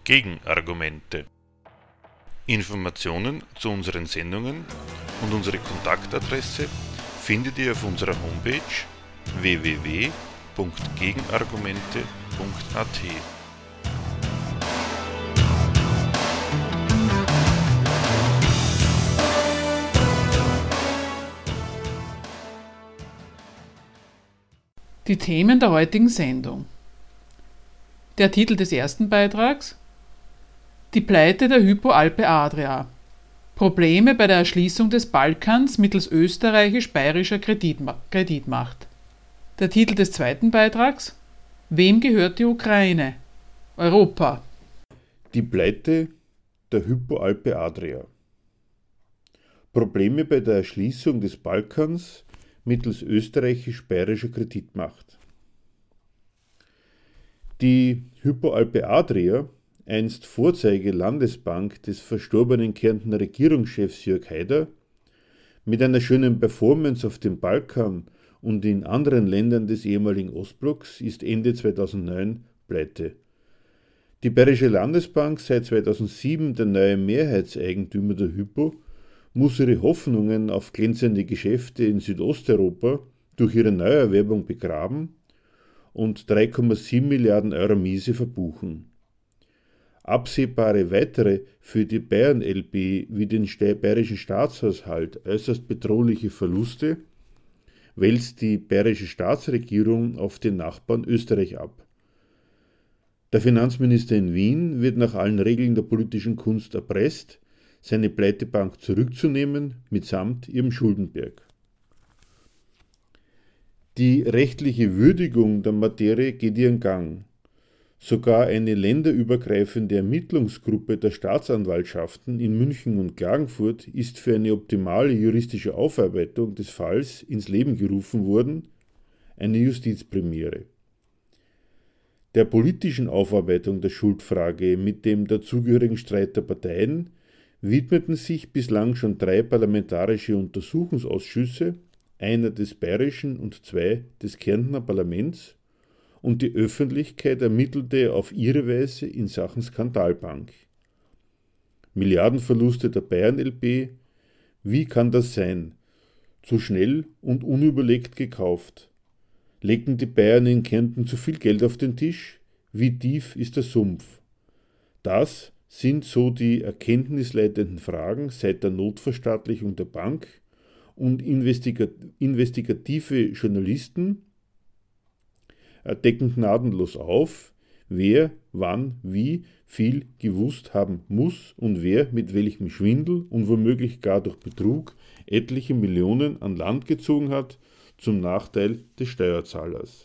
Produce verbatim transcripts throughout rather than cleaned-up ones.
Gegenargumente. Informationen zu unseren Sendungen und unsere Kontaktadresse findet ihr auf unserer Homepage w w w punkt gegenargumente punkt a t. Die Themen der heutigen Sendung. Der Titel des ersten Beitrags: Die Pleite der Hypo Alpe Adria. Probleme bei der Erschließung des Balkans mittels österreichisch-bayerischer Kreditmacht. Der Titel des zweiten Beitrags: Wem gehört die Ukraine? Europa. Die Pleite der Hypo Alpe Adria. Probleme bei der Erschließung des Balkans mittels österreichisch-bayerischer Kreditmacht. Die Hypo Alpe Adria, einst Vorzeige-Landesbank des verstorbenen Kärntner Regierungschefs Jörg Haider, mit einer schönen Performance auf dem Balkan und in anderen Ländern des ehemaligen Ostblocks, ist Ende zweitausendneun pleite. Die Bayerische Landesbank, seit zweitausendsieben der neue Mehrheitseigentümer der Hypo, muss ihre Hoffnungen auf glänzende Geschäfte in Südosteuropa durch ihre Neuerwerbung begraben und drei Komma sieben Milliarden Euro Miese verbuchen. Absehbare weitere für die Bayern L B wie den bayerischen Staatshaushalt äußerst bedrohliche Verluste wälzt die bayerische Staatsregierung auf den Nachbarn Österreich ab. Der Finanzminister in Wien wird nach allen Regeln der politischen Kunst erpresst, seine Pleitebank zurückzunehmen, mitsamt ihrem Schuldenberg. Die rechtliche Würdigung der Materie geht ihren Gang. Sogar eine länderübergreifende Ermittlungsgruppe der Staatsanwaltschaften in München und Klagenfurt ist für eine optimale juristische Aufarbeitung des Falls ins Leben gerufen worden, eine Justizpremiere. Der politischen Aufarbeitung der Schuldfrage mit dem dazugehörigen Streit der Parteien widmeten sich bislang schon drei parlamentarische Untersuchungsausschüsse, einer des bayerischen und zwei des Kärntner Parlaments, und die Öffentlichkeit ermittelte auf ihre Weise in Sachen Skandalbank. Milliardenverluste der Bayern L B, wie kann das sein? Zu schnell und unüberlegt gekauft. Legten die Bayern in Kärnten zu viel Geld auf den Tisch? Wie tief ist der Sumpf? Das sind so die erkenntnisleitenden Fragen seit der Notverstaatlichung der Bank, und investigative Journalisten decken gnadenlos auf, wer, wann, wie viel gewusst haben muss und wer mit welchem Schwindel und womöglich gar durch Betrug etliche Millionen an Land gezogen hat, zum Nachteil des Steuerzahlers.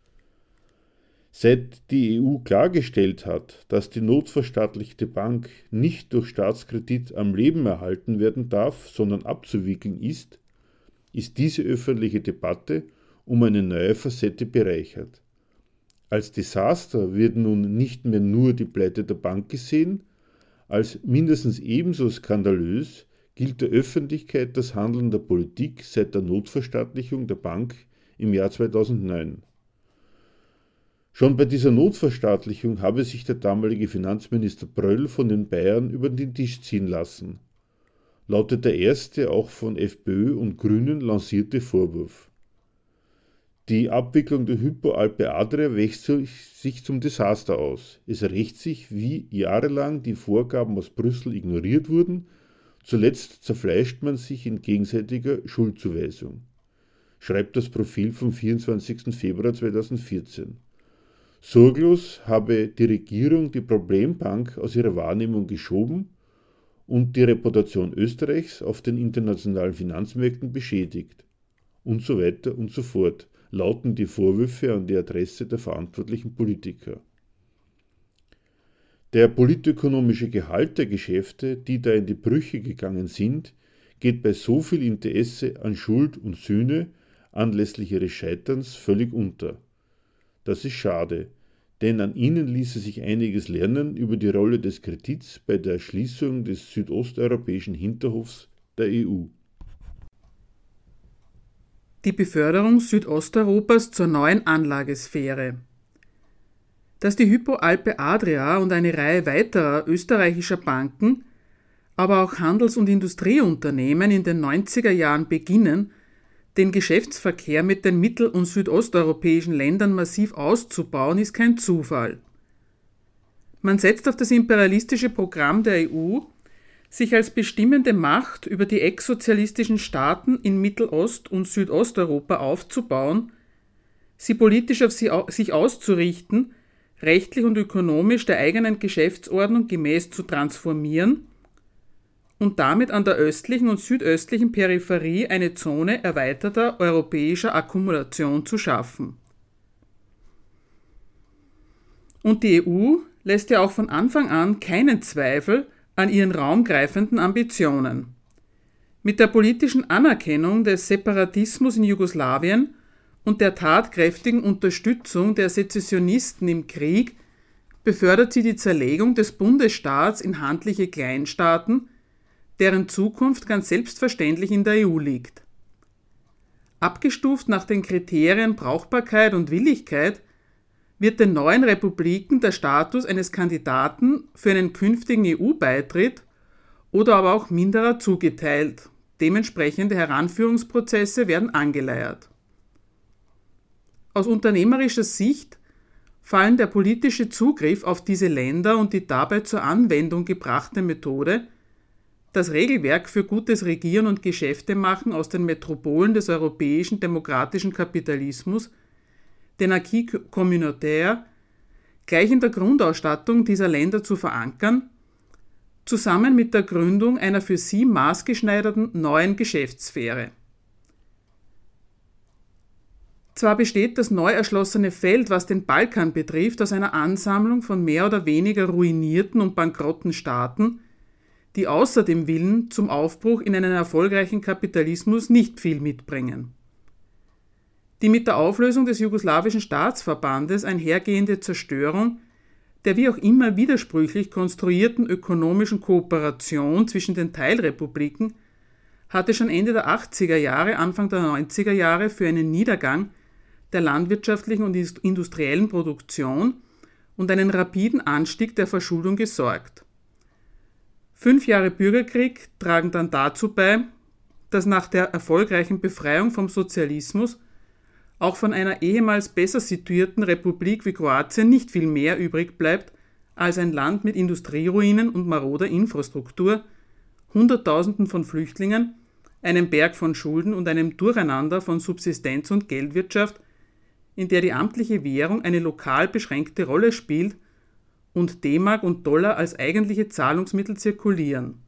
Seit die E U klargestellt hat, dass die notverstaatlichte Bank nicht durch Staatskredit am Leben erhalten werden darf, sondern abzuwickeln ist, ist diese öffentliche Debatte um eine neue Facette bereichert. Als Desaster wird nun nicht mehr nur die Pleite der Bank gesehen, als mindestens ebenso skandalös gilt der Öffentlichkeit das Handeln der Politik seit der Notverstaatlichung der Bank im Jahr zweitausendneun. Schon bei dieser Notverstaatlichung habe sich der damalige Finanzminister Bröll von den Bayern über den Tisch ziehen lassen, lautet der erste auch von FPÖ und Grünen lancierte Vorwurf. Die Abwicklung der Hypo Alpe Adria wächst sich zum Desaster aus. Es rächt sich, wie jahrelang die Vorgaben aus Brüssel ignoriert wurden. Zuletzt zerfleischt man sich in gegenseitiger Schuldzuweisung, schreibt das Profil vom vierundzwanzigsten Februar zweitausendvierzehn. Sorglos habe die Regierung die Problembank aus ihrer Wahrnehmung geschoben und die Reputation Österreichs auf den internationalen Finanzmärkten beschädigt. Und so weiter und so fort, lauten die Vorwürfe an die Adresse der verantwortlichen Politiker. Der politökonomische Gehalt der Geschäfte, die da in die Brüche gegangen sind, geht bei so viel Interesse an Schuld und Sühne anlässlich ihres Scheiterns völlig unter. Das ist schade, denn an ihnen ließe sich einiges lernen über die Rolle des Kredits bei der Erschließung des südosteuropäischen Hinterhofs der E U. Die Beförderung Südosteuropas zur neuen Anlagesphäre. dass die Hypo Alpe Adria und eine Reihe weiterer österreichischer Banken, aber auch Handels- und Industrieunternehmen in den neunziger Jahren beginnen, den Geschäftsverkehr mit den mittel- und südosteuropäischen Ländern massiv auszubauen, ist kein Zufall. Man setzt auf das imperialistische Programm der E U, sich als bestimmende Macht über die ex-sozialistischen Staaten in Mittelost- und Südosteuropa aufzubauen, sie politisch auf sie, sich auszurichten, rechtlich und ökonomisch der eigenen Geschäftsordnung gemäß zu transformieren und damit an der östlichen und südöstlichen Peripherie eine Zone erweiterter europäischer Akkumulation zu schaffen. Und die E U lässt ja auch von Anfang an keinen Zweifel an ihren raumgreifenden Ambitionen. Mit der politischen Anerkennung des Separatismus in Jugoslawien und der tatkräftigen Unterstützung der Sezessionisten im Krieg befördert sie die Zerlegung des Bundesstaats in handliche Kleinstaaten, deren Zukunft ganz selbstverständlich in der E U liegt. Abgestuft nach den Kriterien Brauchbarkeit und Willigkeit wird den neuen Republiken der Status eines Kandidaten für einen künftigen E U-Beitritt oder aber auch minderer zugeteilt. Dementsprechende Heranführungsprozesse werden angeleiert. Aus unternehmerischer Sicht fallen der politische Zugriff auf diese Länder und die dabei zur Anwendung gebrachte Methode, das Regelwerk für gutes Regieren und Geschäftemachen aus den Metropolen des europäischen demokratischen Kapitalismus, den Acquis communautaire, gleich in der Grundausstattung dieser Länder zu verankern, zusammen mit der Gründung einer für sie maßgeschneiderten neuen Geschäftssphäre. Zwar besteht das neu erschlossene Feld, was den Balkan betrifft, aus einer Ansammlung von mehr oder weniger ruinierten und bankrotten Staaten, die außer dem Willen zum Aufbruch in einen erfolgreichen Kapitalismus nicht viel mitbringen. Die mit der Auflösung des jugoslawischen Staatsverbandes einhergehende Zerstörung der wie auch immer widersprüchlich konstruierten ökonomischen Kooperation zwischen den Teilrepubliken hatte schon Ende der achtziger Jahre, Anfang der neunziger Jahre für einen Niedergang der landwirtschaftlichen und industriellen Produktion und einen rapiden Anstieg der Verschuldung gesorgt. Fünf Jahre Bürgerkrieg tragen dann dazu bei, dass nach der erfolgreichen Befreiung vom Sozialismus auch von einer ehemals besser situierten Republik wie Kroatien nicht viel mehr übrig bleibt als ein Land mit Industrieruinen und maroder Infrastruktur, Hunderttausenden von Flüchtlingen, einem Berg von Schulden und einem Durcheinander von Subsistenz- und Geldwirtschaft, in der die amtliche Währung eine lokal beschränkte Rolle spielt und D-Mark und Dollar als eigentliche Zahlungsmittel zirkulieren.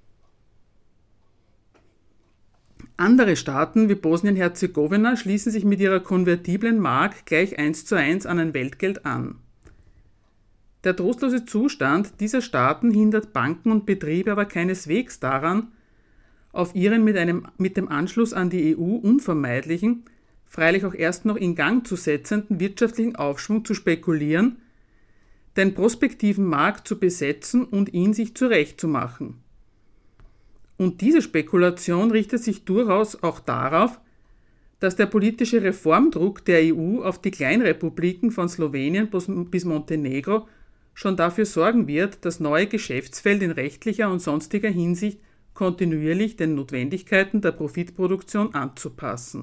Andere Staaten wie Bosnien-Herzegowina schließen sich mit ihrer konvertiblen Mark gleich eins zu eins an ein Weltgeld an. Der trostlose Zustand dieser Staaten hindert Banken und Betriebe aber keineswegs daran, auf ihren mit, einem, mit dem Anschluss an die E U unvermeidlichen, freilich auch erst noch in Gang zu setzenden wirtschaftlichen Aufschwung zu spekulieren, den prospektiven Markt zu besetzen und ihn sich zurechtzumachen. Und diese Spekulation richtet sich durchaus auch darauf, dass der politische Reformdruck der E U auf die Kleinrepubliken von Slowenien bis Montenegro schon dafür sorgen wird, das neue Geschäftsfeld in rechtlicher und sonstiger Hinsicht kontinuierlich den Notwendigkeiten der Profitproduktion anzupassen.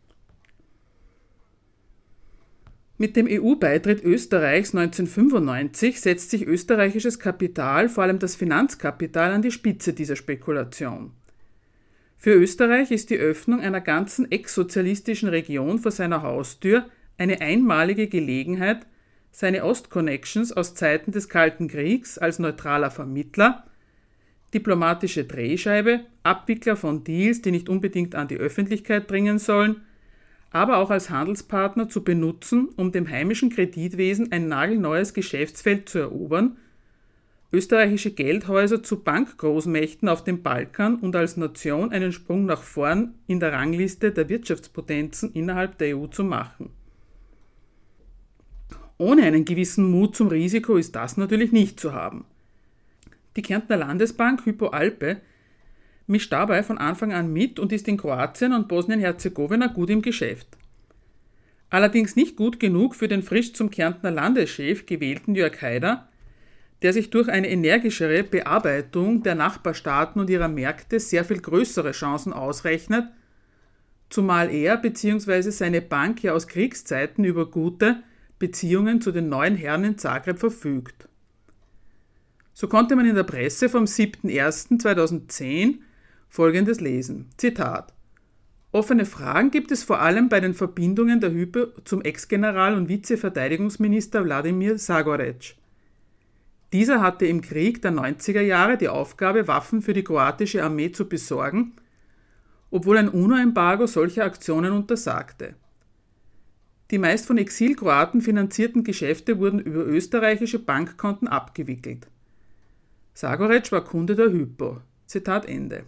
Mit dem E U-Beitritt Österreichs neunzehnhundertfünfundneunzig setzt sich österreichisches Kapital, vor allem das Finanzkapital, an die Spitze dieser Spekulation. Für Österreich ist die Öffnung einer ganzen ex-sozialistischen Region vor seiner Haustür eine einmalige Gelegenheit, seine Ostconnections aus Zeiten des Kalten Kriegs als neutraler Vermittler, diplomatische Drehscheibe, Abwickler von Deals, die nicht unbedingt an die Öffentlichkeit dringen sollen, aber auch als Handelspartner zu benutzen, um dem heimischen Kreditwesen ein nagelneues Geschäftsfeld zu erobern, österreichische Geldhäuser zu Bankgroßmächten auf dem Balkan und als Nation einen Sprung nach vorn in der Rangliste der Wirtschaftspotenzen innerhalb der E U zu machen. Ohne einen gewissen Mut zum Risiko ist das natürlich nicht zu haben. Die Kärntner Landesbank Hypo Alpe mischt dabei von Anfang an mit und ist in Kroatien und Bosnien-Herzegowina gut im Geschäft. Allerdings nicht gut genug für den frisch zum Kärntner Landeschef gewählten Jörg Haider, der sich durch eine energischere Bearbeitung der Nachbarstaaten und ihrer Märkte sehr viel größere Chancen ausrechnet, zumal er bzw. seine Bank ja aus Kriegszeiten über gute Beziehungen zu den neuen Herren in Zagreb verfügt. So konnte man in der Presse vom siebten ersten zweitausendzehn Folgendes lesen, Zitat: Offene Fragen gibt es vor allem bei den Verbindungen der Hypo zum Ex-General und Vize-Verteidigungsminister Wladimir Zagoretsch. Dieser hatte im Krieg der neunziger Jahre die Aufgabe, Waffen für die kroatische Armee zu besorgen, obwohl ein UNO-Embargo solche Aktionen untersagte. Die meist von Exilkroaten finanzierten Geschäfte wurden über österreichische Bankkonten abgewickelt. Zagoretsch war Kunde der Hypo. Zitat Ende.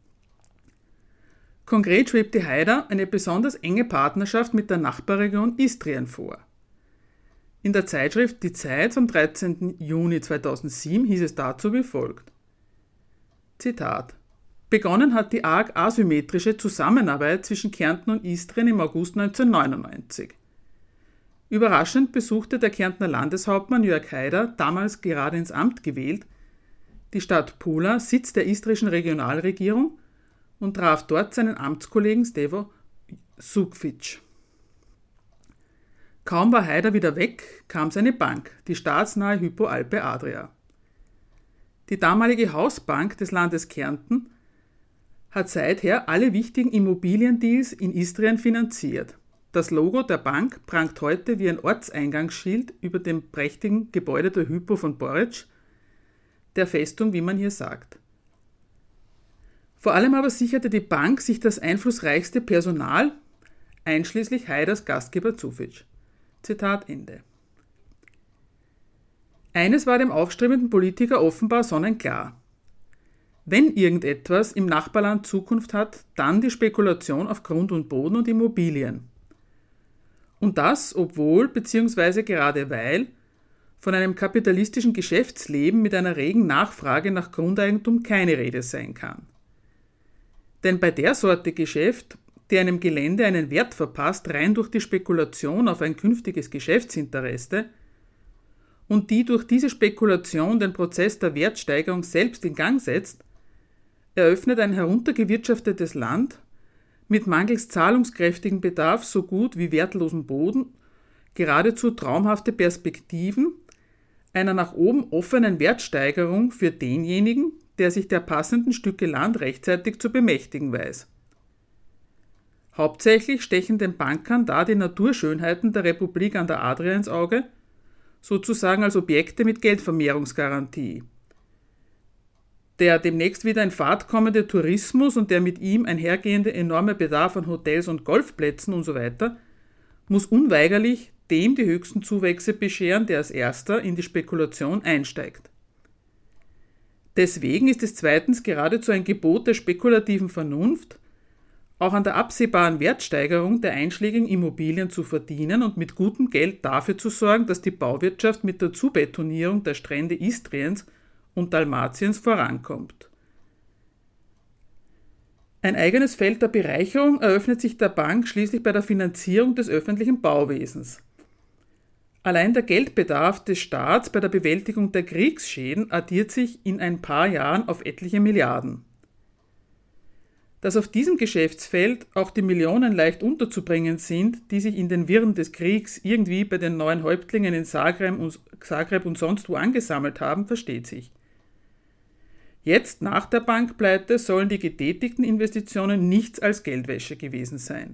Konkret schwebte Haider eine besonders enge Partnerschaft mit der Nachbarregion Istrien vor. In der Zeitschrift Die Zeit vom dreizehnten Juni zweitausendsieben hieß es dazu wie folgt. Zitat: Begonnen hat die arg asymmetrische Zusammenarbeit zwischen Kärnten und Istrien im August neunzehnhundertneunundneunzig. Überraschend besuchte der Kärntner Landeshauptmann Jörg Haider, damals gerade ins Amt gewählt, die Stadt Pula, Sitz der istrischen Regionalregierung, und traf dort seinen Amtskollegen Stevo Šukić. Kaum war Haider wieder weg, kam seine Bank, die staatsnahe Hypo Alpe Adria. Die damalige Hausbank des Landes Kärnten hat seither alle wichtigen Immobiliendeals in Istrien finanziert. Das Logo der Bank prangt heute wie ein Ortseingangsschild über dem prächtigen Gebäude der Hypo von Boric, der Festung, wie man hier sagt. Vor allem aber sicherte die Bank sich das einflussreichste Personal, einschließlich Haiders Gastgeber Šukić. Zitat Ende. Eines war dem aufstrebenden Politiker offenbar sonnenklar. Wenn irgendetwas im Nachbarland Zukunft hat, dann die Spekulation auf Grund und Boden und Immobilien. Und das, obwohl bzw. gerade weil von einem kapitalistischen Geschäftsleben mit einer regen Nachfrage nach Grundeigentum keine Rede sein kann. Denn bei der Sorte Geschäft, die einem Gelände einen Wert verpasst, rein durch die Spekulation auf ein künftiges Geschäftsinteresse und die durch diese Spekulation den Prozess der Wertsteigerung selbst in Gang setzt, eröffnet ein heruntergewirtschaftetes Land mit mangels zahlungskräftigen Bedarf so gut wie wertlosen Boden geradezu traumhafte Perspektiven einer nach oben offenen Wertsteigerung für denjenigen, der sich der passenden Stücke Land rechtzeitig zu bemächtigen weiß. Hauptsächlich stechen den Bankern da die Naturschönheiten der Republik an der Adria ins Auge, sozusagen als Objekte mit Geldvermehrungsgarantie. Der demnächst wieder in Fahrt kommende Tourismus und der mit ihm einhergehende enorme Bedarf an Hotels und Golfplätzen usw. muss unweigerlich dem die höchsten Zuwächse bescheren, der als erster in die Spekulation einsteigt. Deswegen ist es zweitens geradezu ein Gebot der spekulativen Vernunft, auch an der absehbaren Wertsteigerung der einschlägigen Immobilien zu verdienen und mit gutem Geld dafür zu sorgen, dass die Bauwirtschaft mit der Zubetonierung der Strände Istriens und Dalmatiens vorankommt. Ein eigenes Feld der Bereicherung eröffnet sich der Bank schließlich bei der Finanzierung des öffentlichen Bauwesens. Allein der Geldbedarf des Staats bei der Bewältigung der Kriegsschäden addiert sich in ein paar Jahren auf etliche Milliarden. Dass auf diesem Geschäftsfeld auch die Millionen leicht unterzubringen sind, die sich in den Wirren des Kriegs irgendwie bei den neuen Häuptlingen in Zagreb und, Zagreb und sonst wo angesammelt haben, versteht sich. Jetzt, nach der Bankpleite, sollen die getätigten Investitionen nichts als Geldwäsche gewesen sein.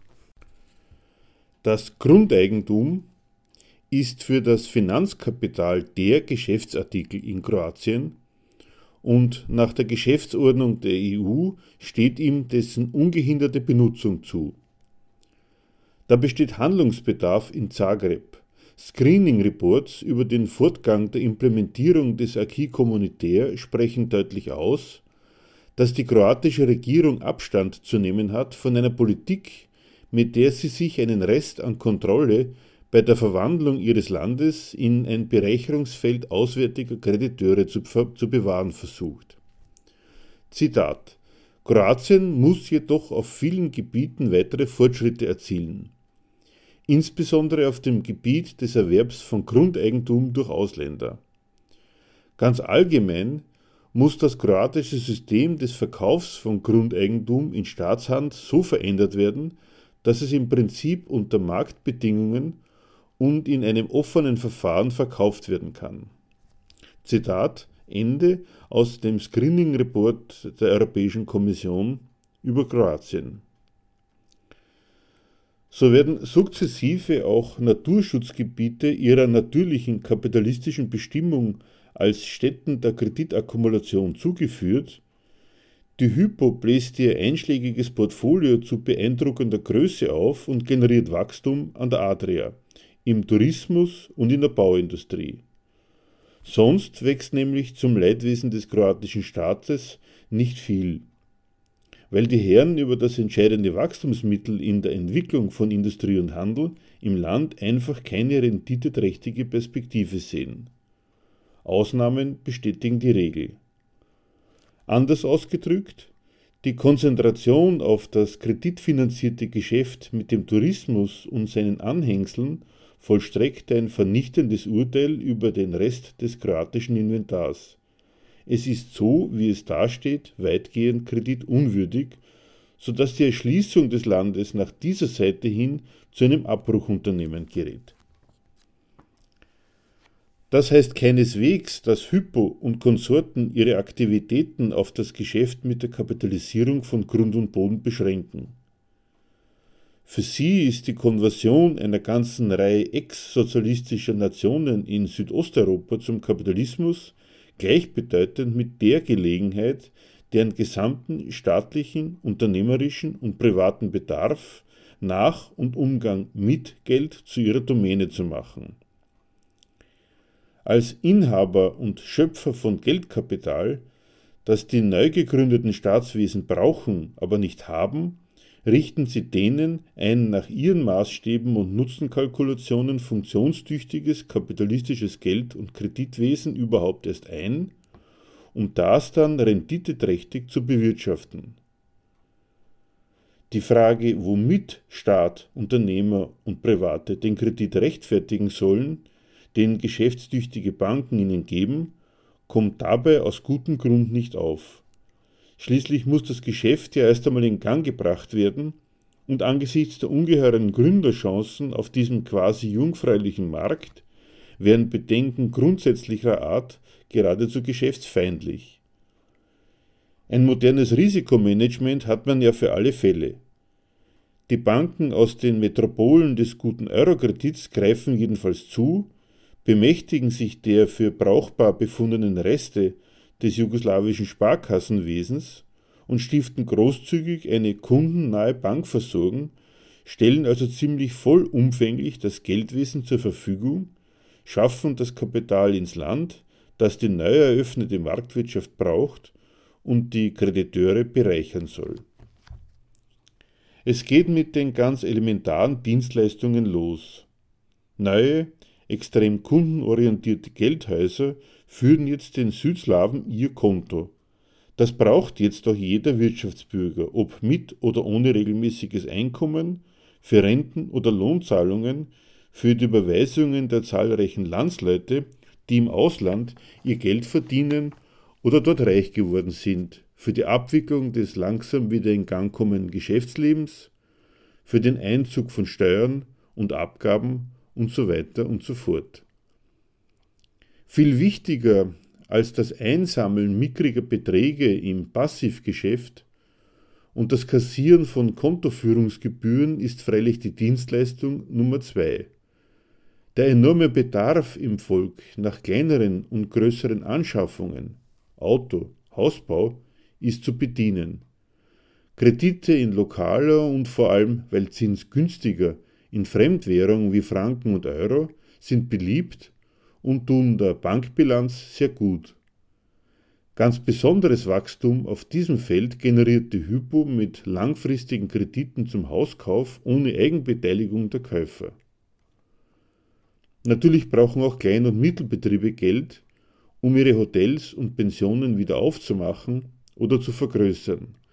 Das Grundeigentum ist für das Finanzkapital der Geschäftsartikel in Kroatien und nach der Geschäftsordnung der E U steht ihm dessen ungehinderte Benutzung zu. Da besteht Handlungsbedarf in Zagreb. Screening-Reports über den Fortgang der Implementierung des Acquis communautaire sprechen deutlich aus, dass die kroatische Regierung Abstand zu nehmen hat von einer Politik, mit der sie sich einen Rest an Kontrolle bei der Verwandlung ihres Landes in ein Bereicherungsfeld auswärtiger Krediteure zu, zu bewahren versucht. Zitat: Kroatien muss jedoch auf vielen Gebieten weitere Fortschritte erzielen. insbesondere auf dem Gebiet des Erwerbs von Grundeigentum durch Ausländer. Ganz allgemein muss das kroatische System des Verkaufs von Grundeigentum in Staatshand so verändert werden, dass es im Prinzip unter Marktbedingungen und in einem offenen Verfahren verkauft werden kann. Zitat Ende aus dem Screening Report der Europäischen Kommission über Kroatien. So werden sukzessive auch Naturschutzgebiete ihrer natürlichen kapitalistischen Bestimmung als Stätten der Kreditakkumulation zugeführt. Die Hypo bläst ihr einschlägiges Portfolio zu beeindruckender Größe auf und generiert Wachstum an der Adria, im Tourismus und in der Bauindustrie. Sonst wächst nämlich zum Leidwesen des kroatischen Staates nicht viel, weil die Herren über das entscheidende Wachstumsmittel in der Entwicklung von Industrie und Handel im Land einfach keine renditeträchtige Perspektive sehen. Ausnahmen bestätigen die Regel. Anders ausgedrückt, die Konzentration auf das kreditfinanzierte Geschäft mit dem Tourismus und seinen Anhängseln vollstreckt ein vernichtendes Urteil über den Rest des kroatischen Inventars. Es ist so, wie es dasteht, weitgehend kreditunwürdig, sodass die Erschließung des Landes nach dieser Seite hin zu einem Abbruchunternehmen gerät. Das heißt keineswegs, dass Hypo und Konsorten ihre Aktivitäten auf das Geschäft mit der Kapitalisierung von Grund und Boden beschränken. Für sie ist die Konversion einer ganzen Reihe ex-sozialistischer Nationen in Südosteuropa zum Kapitalismus gleichbedeutend mit der Gelegenheit, deren gesamten staatlichen, unternehmerischen und privaten Bedarf nach und Umgang mit Geld zu ihrer Domäne zu machen. Als Inhaber und Schöpfer von Geldkapital, das die neu gegründeten Staatswesen brauchen, aber nicht haben, richten sie denen ein nach ihren Maßstäben und Nutzenkalkulationen funktionstüchtiges kapitalistisches Geld- und Kreditwesen überhaupt erst ein, um das dann renditeträchtig zu bewirtschaften. Die Frage, womit Staat, Unternehmer und Private den Kredit rechtfertigen sollen, den geschäftstüchtige Banken ihnen geben, kommt dabei aus gutem Grund nicht auf. Schließlich muss das Geschäft ja erst einmal in Gang gebracht werden und angesichts der ungeheuren Gründerchancen auf diesem quasi jungfräulichen Markt wären Bedenken grundsätzlicher Art geradezu geschäftsfeindlich. Ein modernes Risikomanagement hat man ja für alle Fälle. Die Banken aus den Metropolen des guten Eurokredits greifen jedenfalls zu, bemächtigen sich der für brauchbar befundenen Reste des jugoslawischen Sparkassenwesens und stiften großzügig eine kundennahe Bankversorgung, stellen also ziemlich vollumfänglich das Geldwesen zur Verfügung, schaffen das Kapital ins Land, das die neu eröffnete Marktwirtschaft braucht und die Krediteure bereichern soll. Es geht mit den ganz elementaren Dienstleistungen los. Neue, extrem kundenorientierte Geldhäuser führen jetzt den Südslawen ihr Konto. Das braucht jetzt auch jeder Wirtschaftsbürger, ob mit oder ohne regelmäßiges Einkommen, für Renten oder Lohnzahlungen, für die Überweisungen der zahlreichen Landsleute, die im Ausland ihr Geld verdienen oder dort reich geworden sind, für die Abwicklung des langsam wieder in Gang kommenden Geschäftslebens, für den Einzug von Steuern und Abgaben und so weiter und so fort. Viel wichtiger als das Einsammeln mickriger Beträge im Passivgeschäft und das Kassieren von Kontoführungsgebühren ist freilich die Dienstleistung Nummer zwei. Der enorme Bedarf im Volk nach kleineren und größeren Anschaffungen, Auto, Hausbau, ist zu bedienen. Kredite in lokaler und vor allem, weil zinsgünstiger, in Fremdwährung wie Franken und Euro sind beliebt und tun der Bankbilanz sehr gut. Ganz besonderes Wachstum auf diesem Feld generiert die Hypo mit langfristigen Krediten zum Hauskauf ohne Eigenbeteiligung der Käufer. Natürlich brauchen auch Klein- und Mittelbetriebe Geld, um ihre Hotels und Pensionen wieder aufzumachen oder zu vergrößern.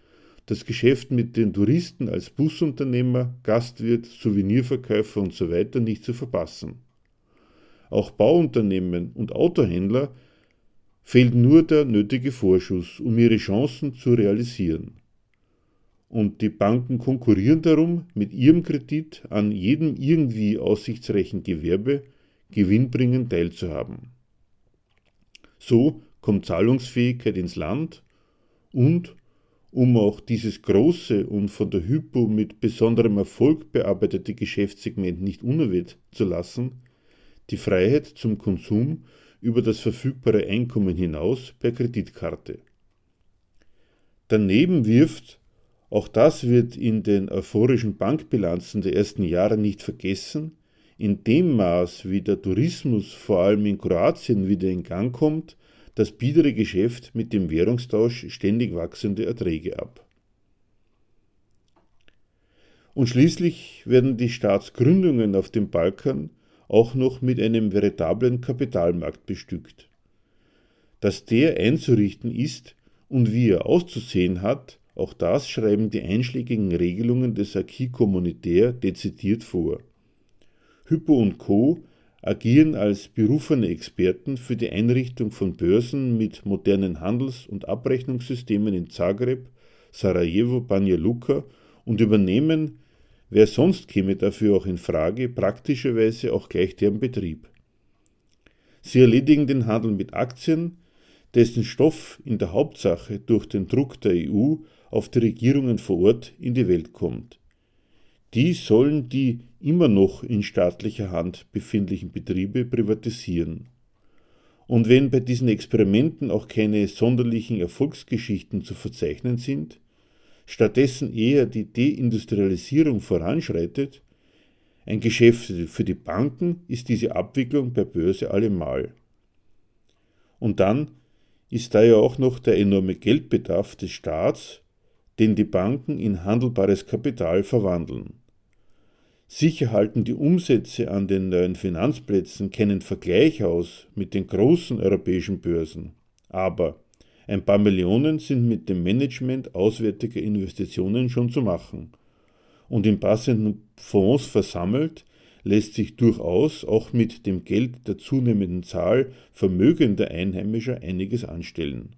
das Geschäft mit den Touristen als Busunternehmer, Gastwirt, Souvenirverkäufer usw. nicht zu verpassen. Auch Bauunternehmen und Autohändler fehlt nur der nötige Vorschuss, um ihre Chancen zu realisieren. Und die Banken konkurrieren darum, mit ihrem Kredit an jedem irgendwie aussichtsreichen Gewerbe gewinnbringend teilzuhaben. So kommt Zahlungsfähigkeit ins Land und, um auch dieses große und von der Hypo mit besonderem Erfolg bearbeitete Geschäftssegment nicht unerwähnt zu lassen, die Freiheit zum Konsum über das verfügbare Einkommen hinaus per Kreditkarte. Daneben wirft, auch das wird in den euphorischen Bankbilanzen der ersten Jahre nicht vergessen, in dem Maß, wie der Tourismus vor allem in Kroatien wieder in Gang kommt, das biedere Geschäft mit dem Währungstausch ständig wachsende Erträge ab. Und schließlich werden die Staatsgründungen auf dem Balkan auch noch mit einem veritablen Kapitalmarkt bestückt. Dass der einzurichten ist und wie er auszusehen hat, auch das schreiben die einschlägigen Regelungen des Acquis communautaire dezidiert vor. Hypo und Co. agieren als berufene Experten für die Einrichtung von Börsen mit modernen Handels- und Abrechnungssystemen in Zagreb, Sarajevo, Banja Luka und übernehmen, wer sonst käme dafür auch in Frage, praktischerweise auch gleich deren Betrieb. Sie erledigen den Handel mit Aktien, dessen Stoff in der Hauptsache durch den Druck der E U auf die Regierungen vor Ort in die Welt kommt. Die sollen die immer noch in staatlicher Hand befindlichen Betriebe privatisieren. Und wenn bei diesen Experimenten auch keine sonderlichen Erfolgsgeschichten zu verzeichnen sind, stattdessen eher die Deindustrialisierung voranschreitet, ein Geschäft für die Banken ist diese Abwicklung per Börse allemal. Und dann ist da ja auch noch der enorme Geldbedarf des Staats, den die Banken in handelbares Kapital verwandeln. Sicher halten die Umsätze an den neuen Finanzplätzen keinen Vergleich aus mit den großen europäischen Börsen, aber ein paar Millionen sind mit dem Management auswärtiger Investitionen schon zu machen. Und in passenden Fonds versammelt lässt sich durchaus auch mit dem Geld der zunehmenden Zahl vermögender Einheimischer einiges anstellen.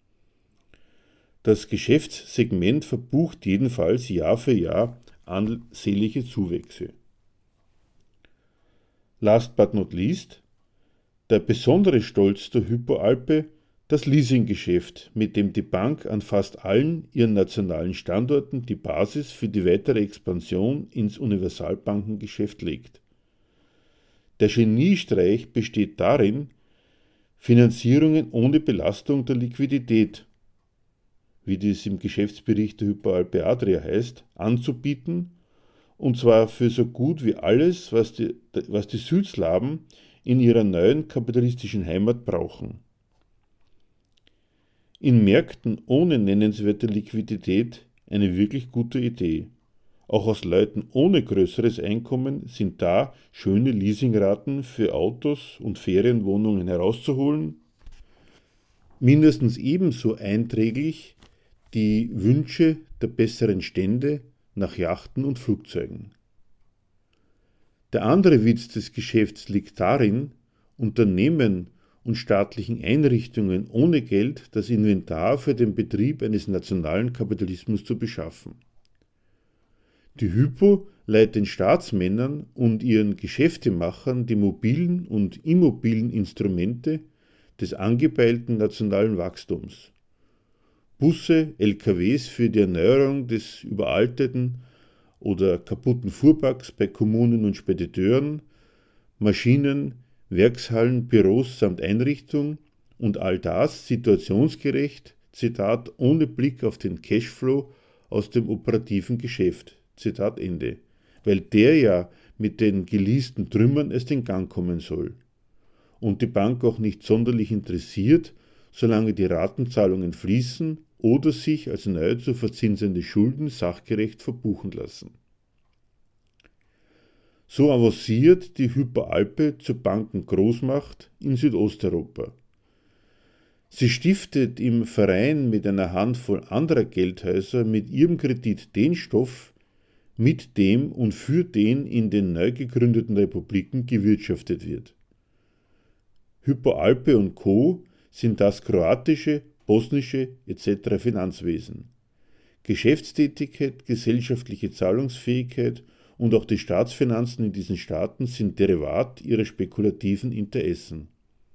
Das Geschäftssegment verbucht jedenfalls Jahr für Jahr ansehnliche Zuwächse. Last but not least, der besondere Stolz der Hypo Alpe, das Leasinggeschäft, mit dem die Bank an fast allen ihren nationalen Standorten die Basis für die weitere Expansion ins Universalbankengeschäft legt. Der Geniestreich besteht darin, Finanzierungen ohne Belastung der Liquidität, wie dies im Geschäftsbericht der Hypo Alpe Adria heißt, anzubieten, und zwar für so gut wie alles, was die, was die Südslawen in ihrer neuen kapitalistischen Heimat brauchen. In Märkten ohne nennenswerte Liquidität eine wirklich gute Idee. Auch aus Leuten ohne größeres Einkommen sind da schöne Leasingraten für Autos und Ferienwohnungen herauszuholen. Mindestens ebenso einträglich die Wünsche der besseren Stände nach Yachten und Flugzeugen. Der andere Witz des Geschäfts liegt darin, Unternehmen und staatlichen Einrichtungen ohne Geld das Inventar für den Betrieb eines nationalen Kapitalismus zu beschaffen. Die Hypo leiht den Staatsmännern und ihren Geschäftemachern die mobilen und immobilen Instrumente des angepeilten nationalen Wachstums. Busse, L K Ws für die Erneuerung des überalteten oder kaputten Fuhrparks bei Kommunen und Spediteuren, Maschinen, Werkshallen, Büros samt Einrichtung und all das situationsgerecht, Zitat, ohne Blick auf den Cashflow aus dem operativen Geschäft, Zitat Ende, weil der ja mit den geleasten Trümmern erst in Gang kommen soll. Und die Bank auch nicht sonderlich interessiert, solange die Ratenzahlungen fließen oder sich als neu zu verzinsende Schulden sachgerecht verbuchen lassen. So avanciert die Hypo Alpe zur Bankengroßmacht in Südosteuropa. Sie stiftet im Verein mit einer Handvoll anderer Geldhäuser mit ihrem Kredit den Stoff, mit dem und für den in den neu gegründeten Republiken gewirtschaftet wird. Hypo Alpe und Co. sind das kroatische, bosnische et cetera Finanzwesen. Geschäftstätigkeit, gesellschaftliche Zahlungsfähigkeit und auch die Staatsfinanzen in diesen Staaten sind Derivat ihrer spekulativen Interessen.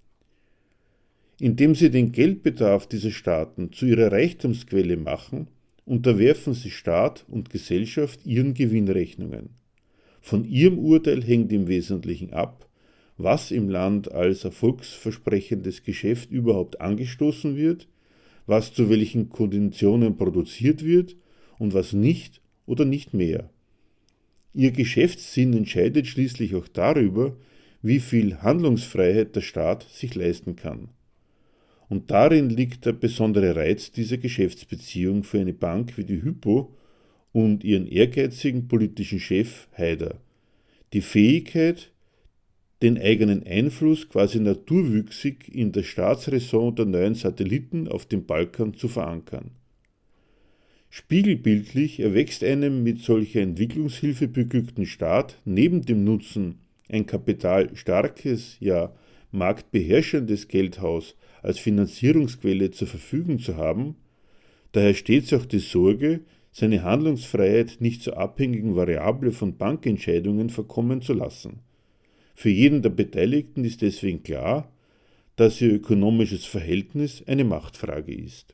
Indem sie den Geldbedarf dieser Staaten zu ihrer Reichtumsquelle machen, unterwerfen sie Staat und Gesellschaft ihren Gewinnrechnungen. Von ihrem Urteil hängt im Wesentlichen ab, was im Land als erfolgsversprechendes Geschäft überhaupt angestoßen wird, was zu welchen Konditionen produziert wird und was nicht oder nicht mehr. Ihr Geschäftssinn entscheidet schließlich auch darüber, wie viel Handlungsfreiheit der Staat sich leisten kann. Und darin liegt der besondere Reiz dieser Geschäftsbeziehung für eine Bank wie die Hypo und ihren ehrgeizigen politischen Chef Haider. Die Fähigkeit, den eigenen Einfluss quasi naturwüchsig in das Staatsräson der neuen Satelliten auf dem Balkan zu verankern. Spiegelbildlich erwächst einem mit solcher Entwicklungshilfe beglückten Staat neben dem Nutzen, ein kapitalstarkes, ja marktbeherrschendes Geldhaus als Finanzierungsquelle zur Verfügung zu haben, daher stets auch die Sorge, seine Handlungsfreiheit nicht zur abhängigen Variable von Bankentscheidungen verkommen zu lassen. Für jeden der Beteiligten ist deswegen klar, dass ihr ökonomisches Verhältnis eine Machtfrage ist.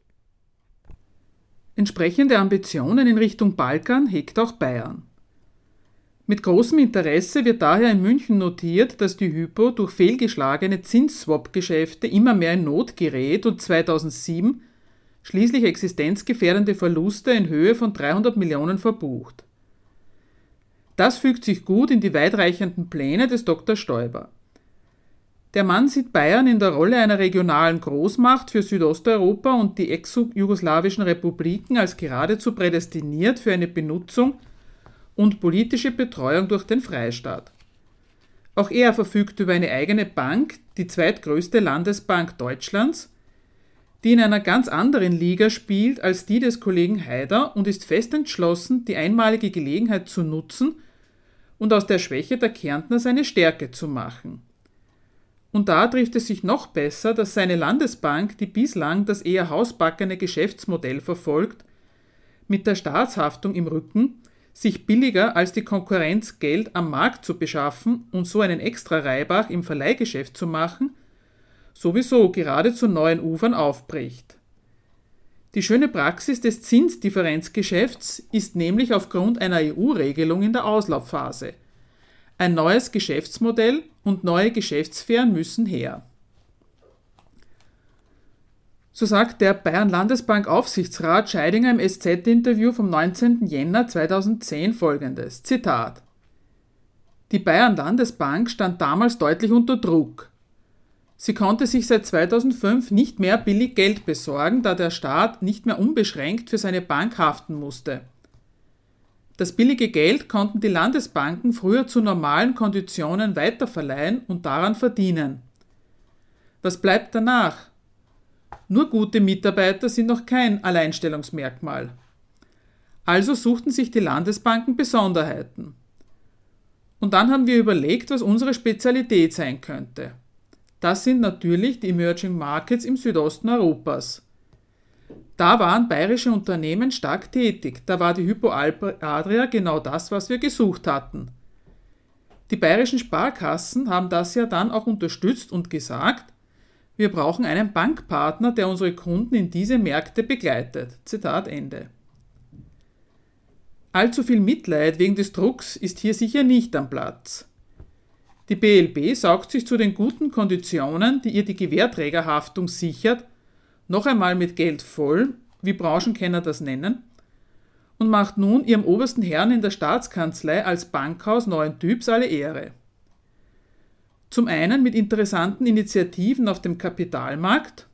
Entsprechende Ambitionen in Richtung Balkan hegt auch Bayern. Mit großem Interesse wird daher in München notiert, dass die Hypo durch fehlgeschlagene Zinsswap-Geschäfte immer mehr in Not gerät und zweitausendsieben schließlich existenzgefährdende Verluste in Höhe von dreihundert Millionen verbucht. Das fügt sich gut in die weitreichenden Pläne des Doktor Stoiber. Der Mann sieht Bayern in der Rolle einer regionalen Großmacht für Südosteuropa und die ex-jugoslawischen Republiken als geradezu prädestiniert für eine Benutzung und politische Betreuung durch den Freistaat. Auch er verfügt über eine eigene Bank, die zweitgrößte Landesbank Deutschlands, die in einer ganz anderen Liga spielt als die des Kollegen Haider und ist fest entschlossen, die einmalige Gelegenheit zu nutzen und aus der Schwäche der Kärntner seine Stärke zu machen. Und da trifft es sich noch besser, dass seine Landesbank, die bislang das eher hausbackene Geschäftsmodell verfolgt, mit der Staatshaftung im Rücken, sich billiger als die Konkurrenz Geld am Markt zu beschaffen und so einen extra Reibach im Verleihgeschäft zu machen, sowieso gerade zu neuen Ufern aufbricht. Die schöne Praxis des Zinsdifferenzgeschäfts ist nämlich aufgrund einer E U-Regelung in der Auslaufphase. Ein neues Geschäftsmodell und neue Geschäftssphären müssen her. So sagt der Bayern-Landesbank-Aufsichtsrat Scheidinger im S Z-Interview vom neunzehnten Jänner zweitausendzehn folgendes, Zitat: Die Bayern-Landesbank stand damals deutlich unter Druck. Sie konnte sich seit zweitausendfünf nicht mehr billig Geld besorgen, da der Staat nicht mehr unbeschränkt für seine Bank haften musste. Das billige Geld konnten die Landesbanken früher zu normalen Konditionen weiterverleihen und daran verdienen. Was bleibt danach? Nur gute Mitarbeiter sind noch kein Alleinstellungsmerkmal. Also suchten sich die Landesbanken Besonderheiten. Und dann haben wir überlegt, was unsere Spezialität sein könnte. Das sind natürlich die Emerging Markets im Südosten Europas. Da waren bayerische Unternehmen stark tätig, da war die Hypo Alpe Adria genau das, was wir gesucht hatten. Die bayerischen Sparkassen haben das ja dann auch unterstützt und gesagt, wir brauchen einen Bankpartner, der unsere Kunden in diese Märkte begleitet. Zitat Ende. Allzu viel Mitleid wegen des Drucks ist hier sicher nicht am Platz. Die B L B saugt sich zu den guten Konditionen, die ihr die Gewährträgerhaftung sichert, noch einmal mit Geld voll, wie Branchenkenner das nennen, und macht nun ihrem obersten Herrn in der Staatskanzlei als Bankhaus neuen Typs alle Ehre. Zum einen mit interessanten Initiativen auf dem Kapitalmarkt.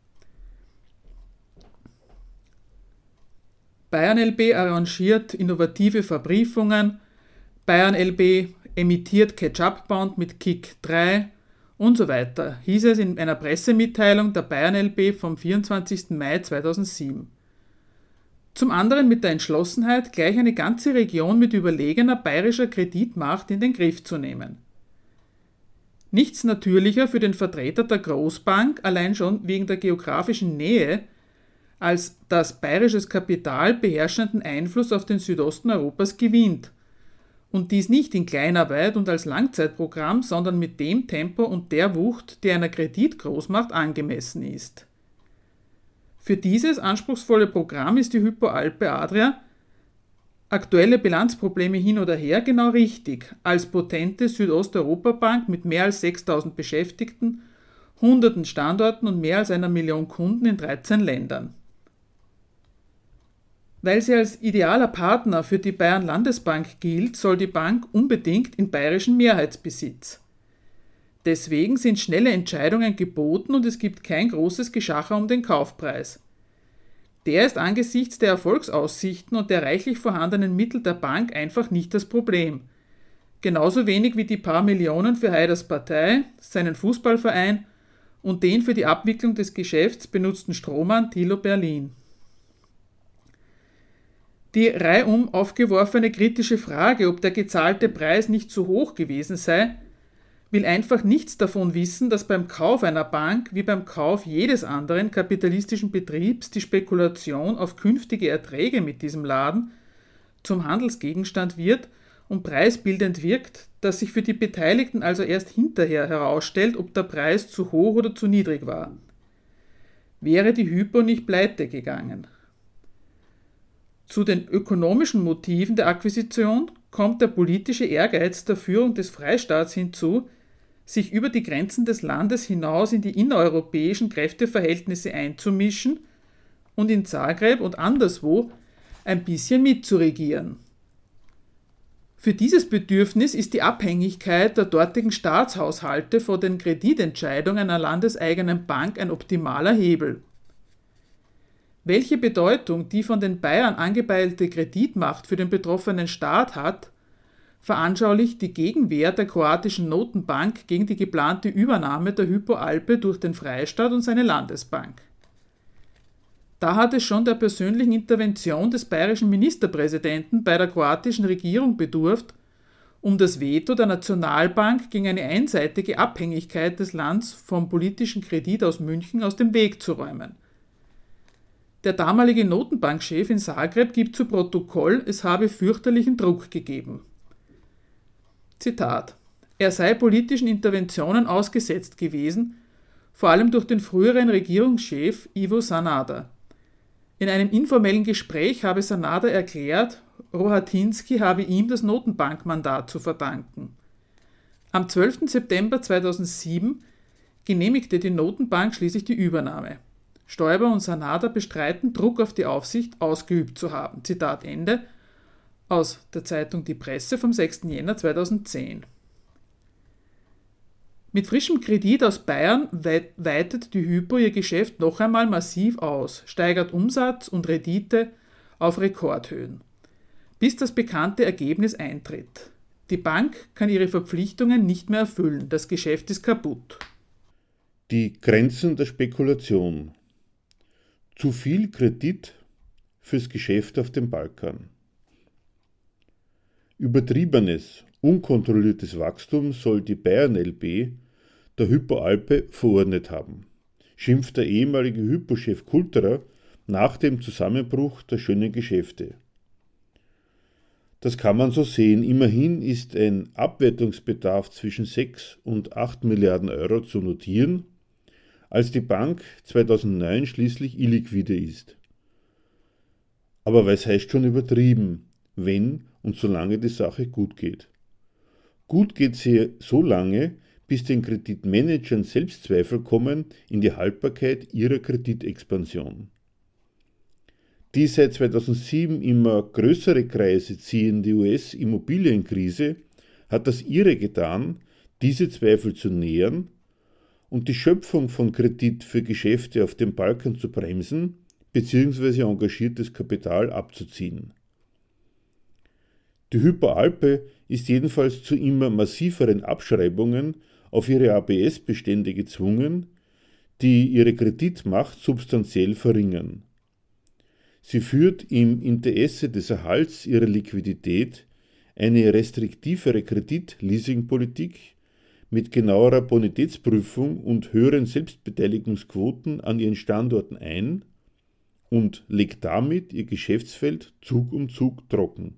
Bayern L B arrangiert innovative Verbriefungen, Bayern L B emittiert Catch-up-Bond mit K I K drei und so weiter, hieß es in einer Pressemitteilung der Bayern L B vom vierundzwanzigsten Mai zweitausendsieben. Zum anderen mit der Entschlossenheit, gleich eine ganze Region mit überlegener bayerischer Kreditmacht in den Griff zu nehmen. Nichts natürlicher für den Vertreter der Großbank, allein schon wegen der geografischen Nähe, als dass bayerisches Kapital beherrschenden Einfluss auf den Südosten Europas gewinnt. Und dies nicht in Kleinarbeit und als Langzeitprogramm, sondern mit dem Tempo und der Wucht, die einer Kreditgroßmacht angemessen ist. Für dieses anspruchsvolle Programm ist die Hypo Alpe Adria, aktuelle Bilanzprobleme hin oder her, genau richtig, als potente Südosteuropa-Bank mit mehr als sechstausend Beschäftigten, hunderten Standorten und mehr als einer Million Kunden in dreizehn Ländern. Weil sie als idealer Partner für die Bayern Landesbank gilt, soll die Bank unbedingt in bayerischen Mehrheitsbesitz. Deswegen sind schnelle Entscheidungen geboten und es gibt kein großes Geschacher um den Kaufpreis. Der ist angesichts der Erfolgsaussichten und der reichlich vorhandenen Mittel der Bank einfach nicht das Problem. Genauso wenig wie die paar Millionen für Haiders Partei, seinen Fußballverein und den für die Abwicklung des Geschäfts benutzten Strohmann Thilo Berlin. Die reihum aufgeworfene kritische Frage, ob der gezahlte Preis nicht zu hoch gewesen sei, will einfach nichts davon wissen, dass beim Kauf einer Bank wie beim Kauf jedes anderen kapitalistischen Betriebs die Spekulation auf künftige Erträge mit diesem Laden zum Handelsgegenstand wird und preisbildend wirkt, dass sich für die Beteiligten also erst hinterher herausstellt, ob der Preis zu hoch oder zu niedrig war. Wäre die Hypo nicht pleite gegangen. Zu den ökonomischen Motiven der Akquisition kommt der politische Ehrgeiz der Führung des Freistaats hinzu, sich über die Grenzen des Landes hinaus in die innereuropäischen Kräfteverhältnisse einzumischen und in Zagreb und anderswo ein bisschen mitzuregieren. Für dieses Bedürfnis ist die Abhängigkeit der dortigen Staatshaushalte von den Kreditentscheidungen einer landeseigenen Bank ein optimaler Hebel. Welche Bedeutung die von den Bayern angepeilte Kreditmacht für den betroffenen Staat hat, veranschaulicht die Gegenwehr der kroatischen Notenbank gegen die geplante Übernahme der Hypo Alpe durch den Freistaat und seine Landesbank. Da hat es schon der persönlichen Intervention des bayerischen Ministerpräsidenten bei der kroatischen Regierung bedurft, um das Veto der Nationalbank gegen eine einseitige Abhängigkeit des Landes vom politischen Kredit aus München aus dem Weg zu räumen. Der damalige Notenbankchef in Zagreb gibt zu Protokoll, es habe fürchterlichen Druck gegeben. Zitat: Er sei politischen Interventionen ausgesetzt gewesen, vor allem durch den früheren Regierungschef Ivo Sanader. In einem informellen Gespräch habe Sanader erklärt, Rohatinski habe ihm das Notenbankmandat zu verdanken. Am zwölften September zweitausendsieben genehmigte die Notenbank schließlich die Übernahme. Stoiber und Sanader bestreiten, Druck auf die Aufsicht ausgeübt zu haben. Zitat Ende aus der Zeitung Die Presse vom sechsten Jänner zweitausendzehn. Mit frischem Kredit aus Bayern weitet die Hypo ihr Geschäft noch einmal massiv aus, steigert Umsatz und Rendite auf Rekordhöhen, bis das bekannte Ergebnis eintritt. Die Bank kann ihre Verpflichtungen nicht mehr erfüllen, das Geschäft ist kaputt. Die Grenzen der Spekulation. Zu viel Kredit fürs Geschäft auf dem Balkan. Übertriebenes, unkontrolliertes Wachstum soll die Bayern L B der Hypo Alpe verordnet haben, schimpft der ehemalige Hypo-Chef Kulterer nach dem Zusammenbruch der schönen Geschäfte. Das kann man so sehen. Immerhin ist ein Abwertungsbedarf zwischen sechs und acht Milliarden Euro zu notieren, als die Bank zweitausendneun schließlich illiquide ist. Aber was heißt schon übertrieben, wenn und solange die Sache gut geht? Gut geht sie so lange, bis den Kreditmanagern Selbstzweifel kommen in die Haltbarkeit ihrer Kreditexpansion. Die seit zweitausendsieben immer größere Kreise ziehende U S-Immobilienkrise hat das ihre getan, diese Zweifel zu nähern und die Schöpfung von Kredit für Geschäfte auf dem Balkan zu bremsen bzw. engagiertes Kapital abzuziehen. Die Hypo Alpe ist jedenfalls zu immer massiveren Abschreibungen auf ihre A B S-Bestände gezwungen, die ihre Kreditmacht substanziell verringern. Sie führt im Interesse des Erhalts ihrer Liquidität eine restriktivere Kredit-Leasing-Politik mit genauerer Bonitätsprüfung und höheren Selbstbeteiligungsquoten an ihren Standorten ein und legt damit ihr Geschäftsfeld Zug um Zug trocken.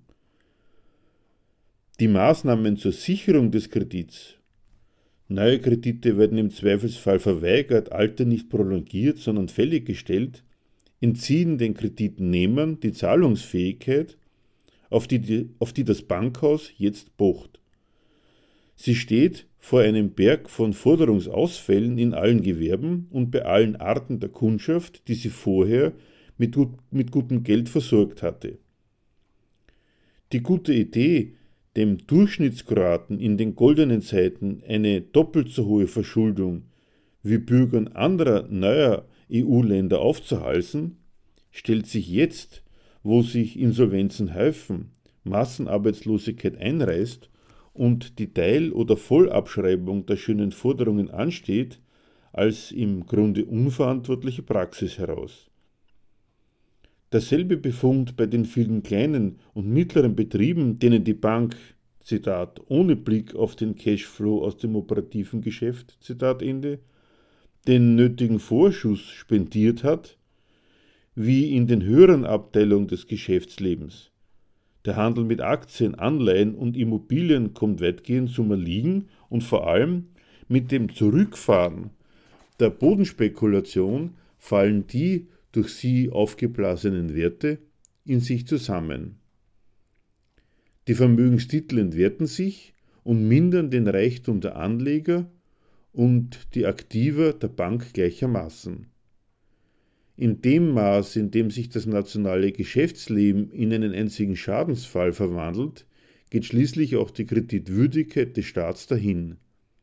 Die Maßnahmen zur Sicherung des Kredits. Neue Kredite werden im Zweifelsfall verweigert, alte nicht prolongiert, sondern fällig gestellt, entziehen den Kreditnehmern die Zahlungsfähigkeit, auf die, auf die das Bankhaus jetzt pocht. Sie steht vor einem Berg von Forderungsausfällen in allen Gewerben und bei allen Arten der Kundschaft, die sie vorher mit, gut, mit gutem Geld versorgt hatte. Die gute Idee, dem Durchschnittskroaten in den goldenen Zeiten eine doppelt so hohe Verschuldung wie Bürgern anderer neuer E U-Länder aufzuhalsen, stellt sich jetzt, wo sich Insolvenzen häufen, Massenarbeitslosigkeit einreißt und die Teil- oder Vollabschreibung der schönen Forderungen ansteht, als im Grunde unverantwortliche Praxis heraus. Derselbe Befund bei den vielen kleinen und mittleren Betrieben, denen die Bank, Zitat, ohne Blick auf den Cashflow aus dem operativen Geschäft, Zitat Ende, den nötigen Vorschuss spendiert hat, wie in den höheren Abteilungen des Geschäftslebens. Der Handel mit Aktien, Anleihen und Immobilien kommt weitgehend zum Erliegen und vor allem mit dem Zurückfahren der Bodenspekulation fallen die durch sie aufgeblasenen Werte in sich zusammen. Die Vermögenstitel entwerten sich und mindern den Reichtum der Anleger und die Aktiva der Bank gleichermaßen. In dem Maß, in dem sich das nationale Geschäftsleben in einen einzigen Schadensfall verwandelt, geht schließlich auch die Kreditwürdigkeit des Staats dahin.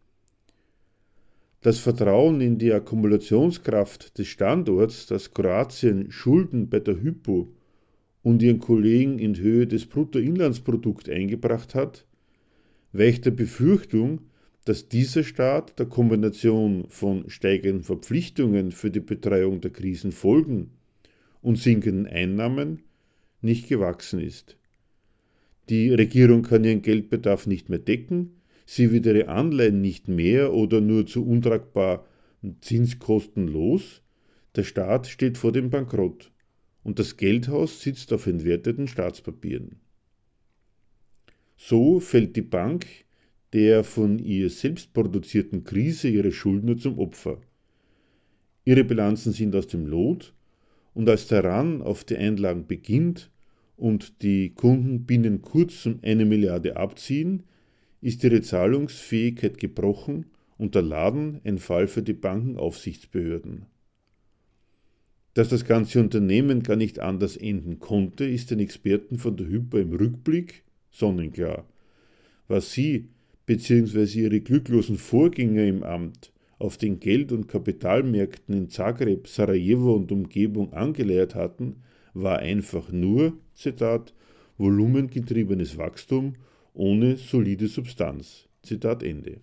Das Vertrauen in die Akkumulationskraft des Standorts, das Kroatien Schulden bei der Hypo und ihren Kollegen in Höhe des Bruttoinlandsprodukts eingebracht hat, weicht der Befürchtung, dass dieser Staat der Kombination von steigenden Verpflichtungen für die Betreuung der Krisenfolgen und sinkenden Einnahmen nicht gewachsen ist. Die Regierung kann ihren Geldbedarf nicht mehr decken, sie wird ihre Anleihen nicht mehr oder nur zu untragbaren Zinskosten los, der Staat steht vor dem Bankrott und das Geldhaus sitzt auf entwerteten Staatspapieren. So fällt die Bank der von ihr selbst produzierten Krise ihre Schuldner zum Opfer. Ihre Bilanzen sind aus dem Lot und als der Run auf die Einlagen beginnt und die Kunden binnen kurzem eine Milliarde abziehen, ist ihre Zahlungsfähigkeit gebrochen und der Laden ein Fall für die Bankenaufsichtsbehörden. Dass das ganze Unternehmen gar nicht anders enden konnte, ist den Experten von der Hypo im Rückblick sonnenklar. Was sie bzw. ihre glücklosen Vorgänger im Amt auf den Geld- und Kapitalmärkten in Zagreb, Sarajevo und Umgebung angeleiert hatten, war einfach nur, Zitat, volumengetriebenes Wachstum ohne solide Substanz. Zitat Ende.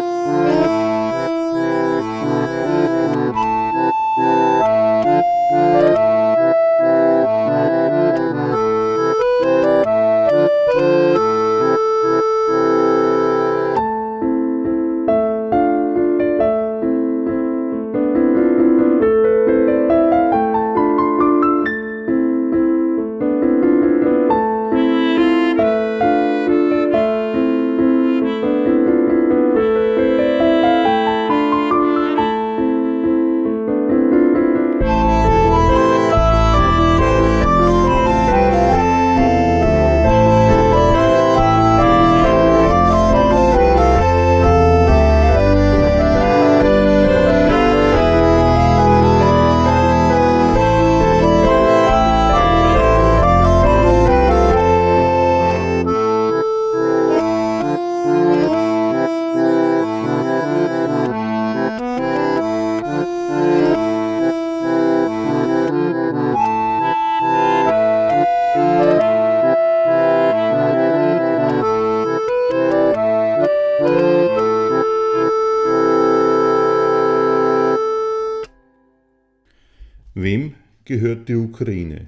Wem gehört die Ukraine?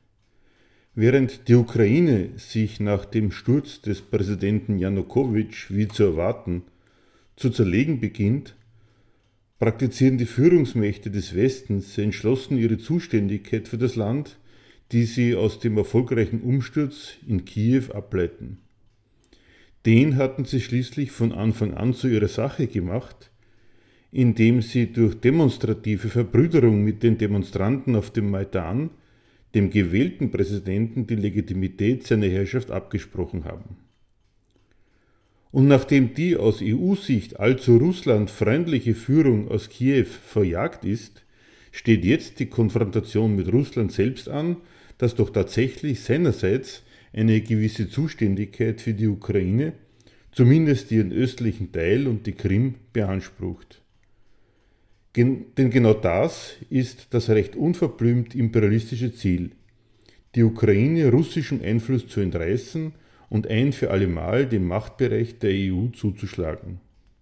Während die Ukraine sich nach dem Sturz des Präsidenten Janukowitsch, wie zu erwarten, zu zerlegen beginnt, praktizieren die Führungsmächte des Westens entschlossen ihre Zuständigkeit für das Land, die sie aus dem erfolgreichen Umsturz in Kiew ableiten. Den hatten sie schließlich von Anfang an zu ihrer Sache gemacht, indem sie durch demonstrative Verbrüderung mit den Demonstranten auf dem Maidan dem gewählten Präsidenten die Legitimität seiner Herrschaft abgesprochen haben. Und nachdem die aus E U-Sicht allzu russlandfreundliche Führung aus Kiew verjagt ist, steht jetzt die Konfrontation mit Russland selbst an, das doch tatsächlich seinerseits eine gewisse Zuständigkeit für die Ukraine, zumindest ihren östlichen Teil und die Krim, beansprucht. Gen- denn genau das ist das recht unverblümt imperialistische Ziel, die Ukraine russischem Einfluss zu entreißen und ein für allemal dem Machtbereich der E U zuzuschlagen.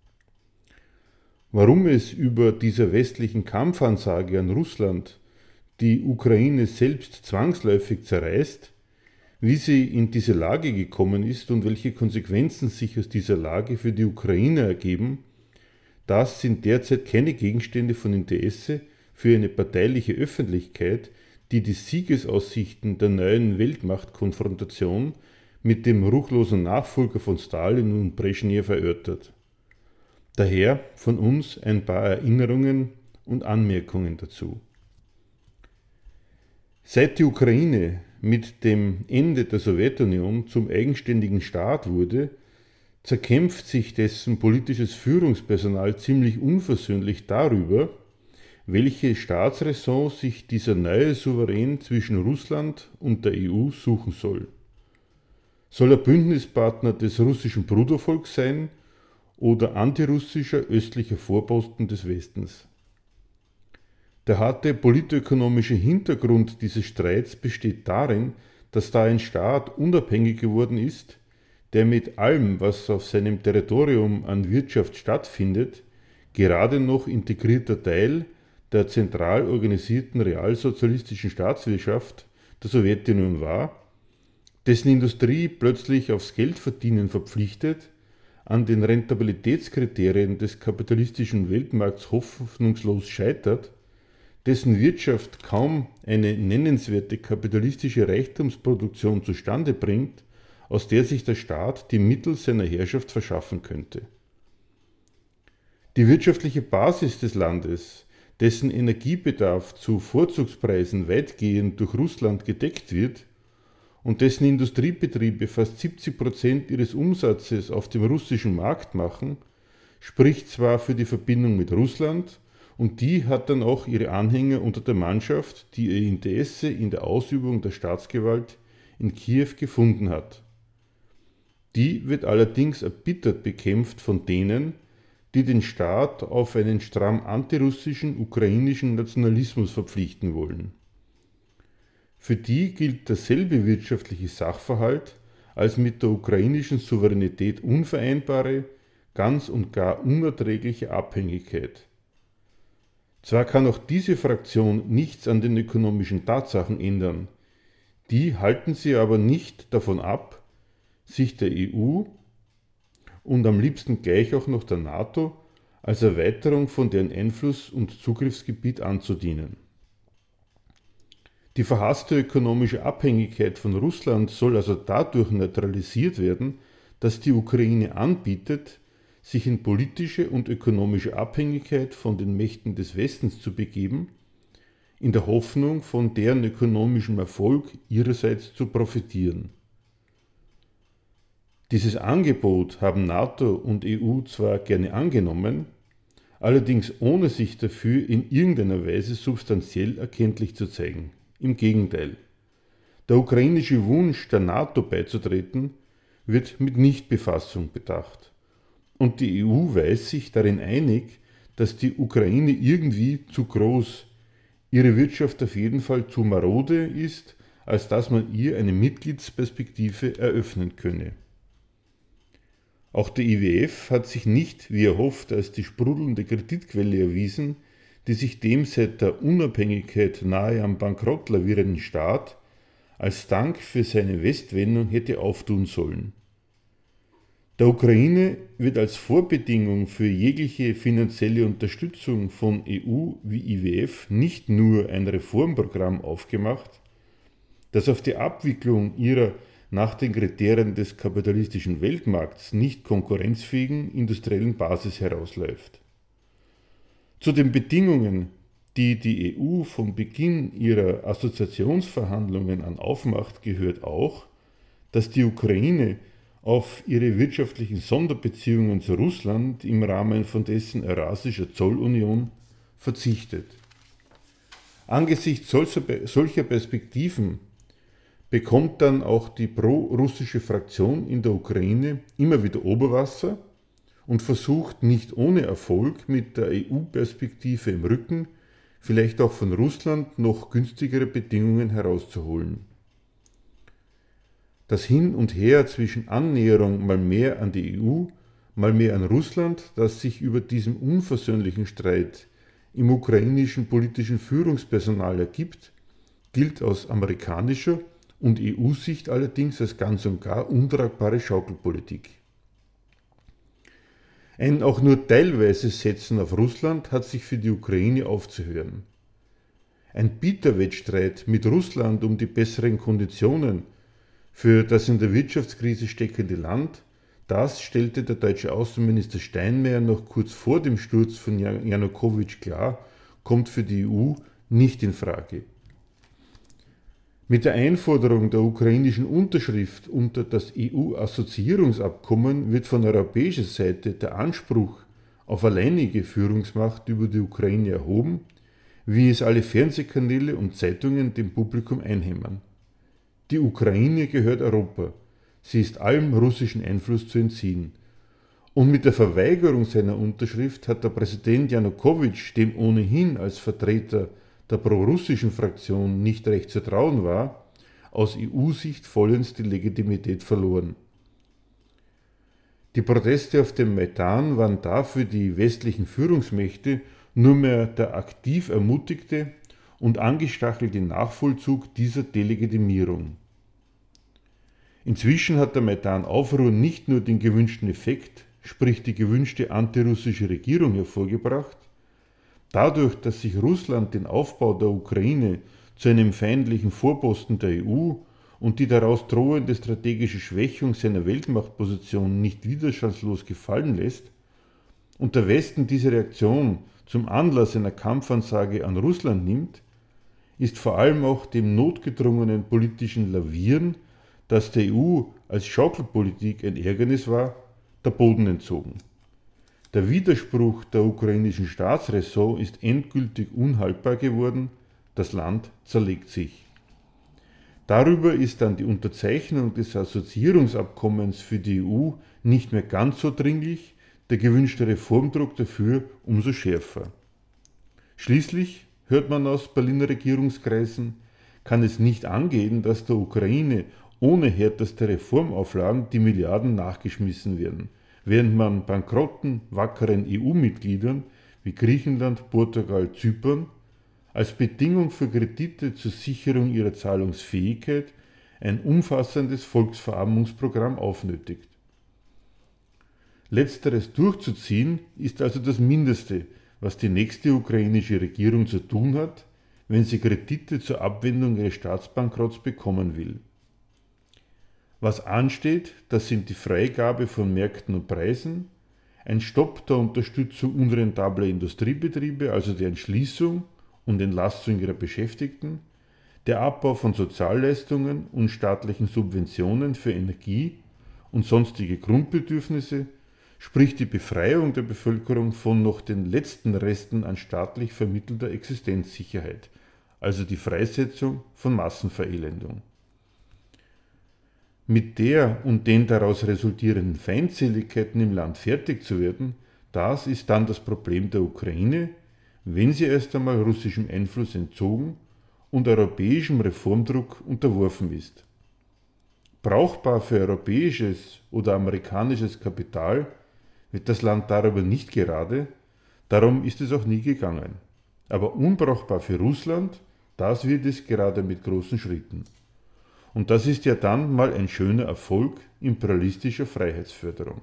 Warum es über dieser westlichen Kampfansage an Russland die Ukraine selbst zwangsläufig zerreißt, wie sie in diese Lage gekommen ist und welche Konsequenzen sich aus dieser Lage für die Ukraine ergeben, das sind derzeit keine Gegenstände von Interesse für eine parteiliche Öffentlichkeit, die die Siegesaussichten der neuen Weltmachtkonfrontation mit dem ruchlosen Nachfolger von Stalin und Breschnew erörtert. Daher von uns ein paar Erinnerungen und Anmerkungen dazu. Seit die Ukraine mit dem Ende der Sowjetunion zum eigenständigen Staat wurde, zerkämpft sich dessen politisches Führungspersonal ziemlich unversöhnlich darüber, welche Staatsräson sich dieser neue Souverän zwischen Russland und der E U suchen soll. Soll er Bündnispartner des russischen Brudervolks sein oder antirussischer östlicher Vorposten des Westens? Der harte politökonomische Hintergrund dieses Streits besteht darin, dass da ein Staat unabhängig geworden ist, der mit allem, was auf seinem Territorium an Wirtschaft stattfindet, gerade noch integrierter Teil der zentral organisierten realsozialistischen Staatswirtschaft der Sowjetunion war, dessen Industrie plötzlich aufs Geldverdienen verpflichtet, an den Rentabilitätskriterien des kapitalistischen Weltmarkts hoffnungslos scheitert, dessen Wirtschaft kaum eine nennenswerte kapitalistische Reichtumsproduktion zustande bringt, aus der sich der Staat die Mittel seiner Herrschaft verschaffen könnte. Die wirtschaftliche Basis des Landes, dessen Energiebedarf zu Vorzugspreisen weitgehend durch Russland gedeckt wird und dessen Industriebetriebe fast siebzig Prozent ihres Umsatzes auf dem russischen Markt machen, spricht zwar für die Verbindung mit Russland, und die hat dann auch ihre Anhänger unter der Mannschaft, die ihr Interesse in der Ausübung der Staatsgewalt in Kiew gefunden hat. Die wird allerdings erbittert bekämpft von denen, die den Staat auf einen stramm antirussischen ukrainischen Nationalismus verpflichten wollen. Für die gilt derselbe wirtschaftliche Sachverhalt als mit der ukrainischen Souveränität unvereinbare, ganz und gar unerträgliche Abhängigkeit. Zwar kann auch diese Fraktion nichts an den ökonomischen Tatsachen ändern, die halten sie aber nicht davon ab, sich der E U und am liebsten gleich auch noch der NATO als Erweiterung von deren Einfluss- und Zugriffsgebiet anzudienen. Die verhasste ökonomische Abhängigkeit von Russland soll also dadurch neutralisiert werden, dass die Ukraine anbietet, sich in politische und ökonomische Abhängigkeit von den Mächten des Westens zu begeben, in der Hoffnung, von deren ökonomischem Erfolg ihrerseits zu profitieren. Dieses Angebot haben NATO und E U zwar gerne angenommen, allerdings ohne sich dafür in irgendeiner Weise substanziell erkenntlich zu zeigen. Im Gegenteil. Der ukrainische Wunsch, der NATO beizutreten, wird mit Nichtbefassung bedacht. Und die E U weiß sich darin einig, dass die Ukraine irgendwie zu groß, ihre Wirtschaft auf jeden Fall zu marode ist, als dass man ihr eine Mitgliedsperspektive eröffnen könne. Auch der I W F hat sich nicht, wie erhofft, als die sprudelnde Kreditquelle erwiesen, die sich dem seit der Unabhängigkeit nahe am Bankrott lavierenden Staat als Dank für seine Westwendung hätte auftun sollen. Der Ukraine wird als Vorbedingung für jegliche finanzielle Unterstützung von E U wie I W F nicht nur ein Reformprogramm aufgemacht, das auf die Abwicklung ihrer nach den Kriterien des kapitalistischen Weltmarkts nicht konkurrenzfähigen industriellen Basis herausläuft. Zu den Bedingungen, die die E U von Beginn ihrer Assoziationsverhandlungen an aufmacht, gehört auch, dass die Ukraine auf ihre wirtschaftlichen Sonderbeziehungen zu Russland im Rahmen von dessen Eurasischer Zollunion verzichtet. Angesichts solcher Perspektiven bekommt dann auch die pro-russische Fraktion in der Ukraine immer wieder Oberwasser und versucht nicht ohne Erfolg mit der E U-Perspektive im Rücken vielleicht auch von Russland noch günstigere Bedingungen herauszuholen. Das Hin und Her zwischen Annäherung mal mehr an die E U, mal mehr an Russland, das sich über diesem unversöhnlichen Streit im ukrainischen politischen Führungspersonal ergibt, gilt aus amerikanischer und E U-Sicht allerdings als ganz und gar untragbare Schaukelpolitik. Ein auch nur teilweise Setzen auf Russland hat sich für die Ukraine aufzuhören. Ein Bieterwettstreit mit Russland um die besseren Konditionen für das in der Wirtschaftskrise steckende Land, das stellte der deutsche Außenminister Steinmeier noch kurz vor dem Sturz von Janukowitsch klar, kommt für die E U nicht in Frage. Mit der Einforderung der ukrainischen Unterschrift unter das E U-Assoziierungsabkommen wird von europäischer Seite der Anspruch auf alleinige Führungsmacht über die Ukraine erhoben, wie es alle Fernsehkanäle und Zeitungen dem Publikum einhämmern. Die Ukraine gehört Europa, sie ist allem russischen Einfluss zu entziehen. Und mit der Verweigerung seiner Unterschrift hat der Präsident Janukowitsch, dem ohnehin als Vertreter der pro-russischen Fraktion nicht recht zu trauen war, aus E U-Sicht vollends die Legitimität verloren. Die Proteste auf dem Maidan waren dafür die westlichen Führungsmächte nur mehr der aktiv ermutigte und angestachelte Nachvollzug dieser Delegitimierung. Inzwischen hat der Maidan-Aufruhr nicht nur den gewünschten Effekt, sprich die gewünschte antirussische Regierung hervorgebracht. Dadurch, dass sich Russland den Aufbau der Ukraine zu einem feindlichen Vorposten der E U und die daraus drohende strategische Schwächung seiner Weltmachtposition nicht widerstandslos gefallen lässt und der Westen diese Reaktion zum Anlass einer Kampfansage an Russland nimmt, ist vor allem auch dem notgedrungenen politischen Lavieren, das der E U als Schaukelpolitik ein Ärgernis war, der Boden entzogen. Der Widerspruch der ukrainischen Staatsräson ist endgültig unhaltbar geworden, das Land zerlegt sich. Darüber ist dann die Unterzeichnung des Assoziierungsabkommens für die E U nicht mehr ganz so dringlich, der gewünschte Reformdruck dafür umso schärfer. Schließlich, hört man aus Berliner Regierungskreisen, kann es nicht angehen, dass der Ukraine ohne härteste Reformauflagen die Milliarden nachgeschmissen werden, während man bankrotten, wackeren E U-Mitgliedern wie Griechenland, Portugal, Zypern als Bedingung für Kredite zur Sicherung ihrer Zahlungsfähigkeit ein umfassendes Volksverarmungsprogramm aufnötigt. Letzteres durchzuziehen ist also das Mindeste, was die nächste ukrainische Regierung zu tun hat, wenn sie Kredite zur Abwendung ihres Staatsbankrotts bekommen will. Was ansteht, das sind die Freigabe von Märkten und Preisen, ein Stopp der Unterstützung unrentabler Industriebetriebe, also deren Schließung und Entlastung ihrer Beschäftigten, der Abbau von Sozialleistungen und staatlichen Subventionen für Energie und sonstige Grundbedürfnisse, sprich die Befreiung der Bevölkerung von noch den letzten Resten an staatlich vermittelter Existenzsicherheit, also die Freisetzung von Massenverelendung. Mit der und den daraus resultierenden Feindseligkeiten im Land fertig zu werden, das ist dann das Problem der Ukraine, wenn sie erst einmal russischem Einfluss entzogen und europäischem Reformdruck unterworfen ist. Brauchbar für europäisches oder amerikanisches Kapital wird das Land darüber nicht gerade, darum ist es auch nie gegangen. Aber unbrauchbar für Russland, das wird es gerade mit großen Schritten. Und das ist ja dann mal ein schöner Erfolg imperialistischer Freiheitsförderung.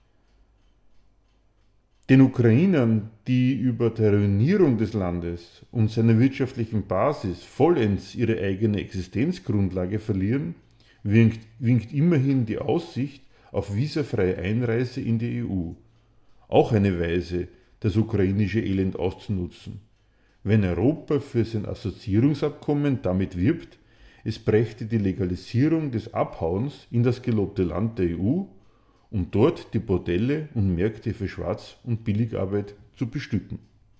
Den Ukrainern, die über der Ruinierung des Landes und seiner wirtschaftlichen Basis vollends ihre eigene Existenzgrundlage verlieren, winkt, winkt immerhin die Aussicht auf visafreie Einreise in die E U. Auch eine Weise, das ukrainische Elend auszunutzen. Wenn Europa für sein Assoziierungsabkommen damit wirbt, es brächte die Legalisierung des Abhauens in das gelobte Land der E U, um dort die Bordelle und Märkte für Schwarz- und Billigarbeit zu bestücken.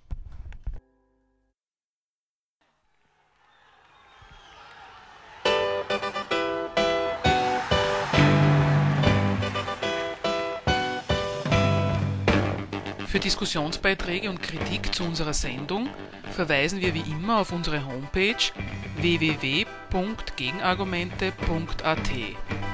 Für Diskussionsbeiträge und Kritik zu unserer Sendung verweisen wir wie immer auf unsere Homepage w w w punkt gegenargumente punkt a t.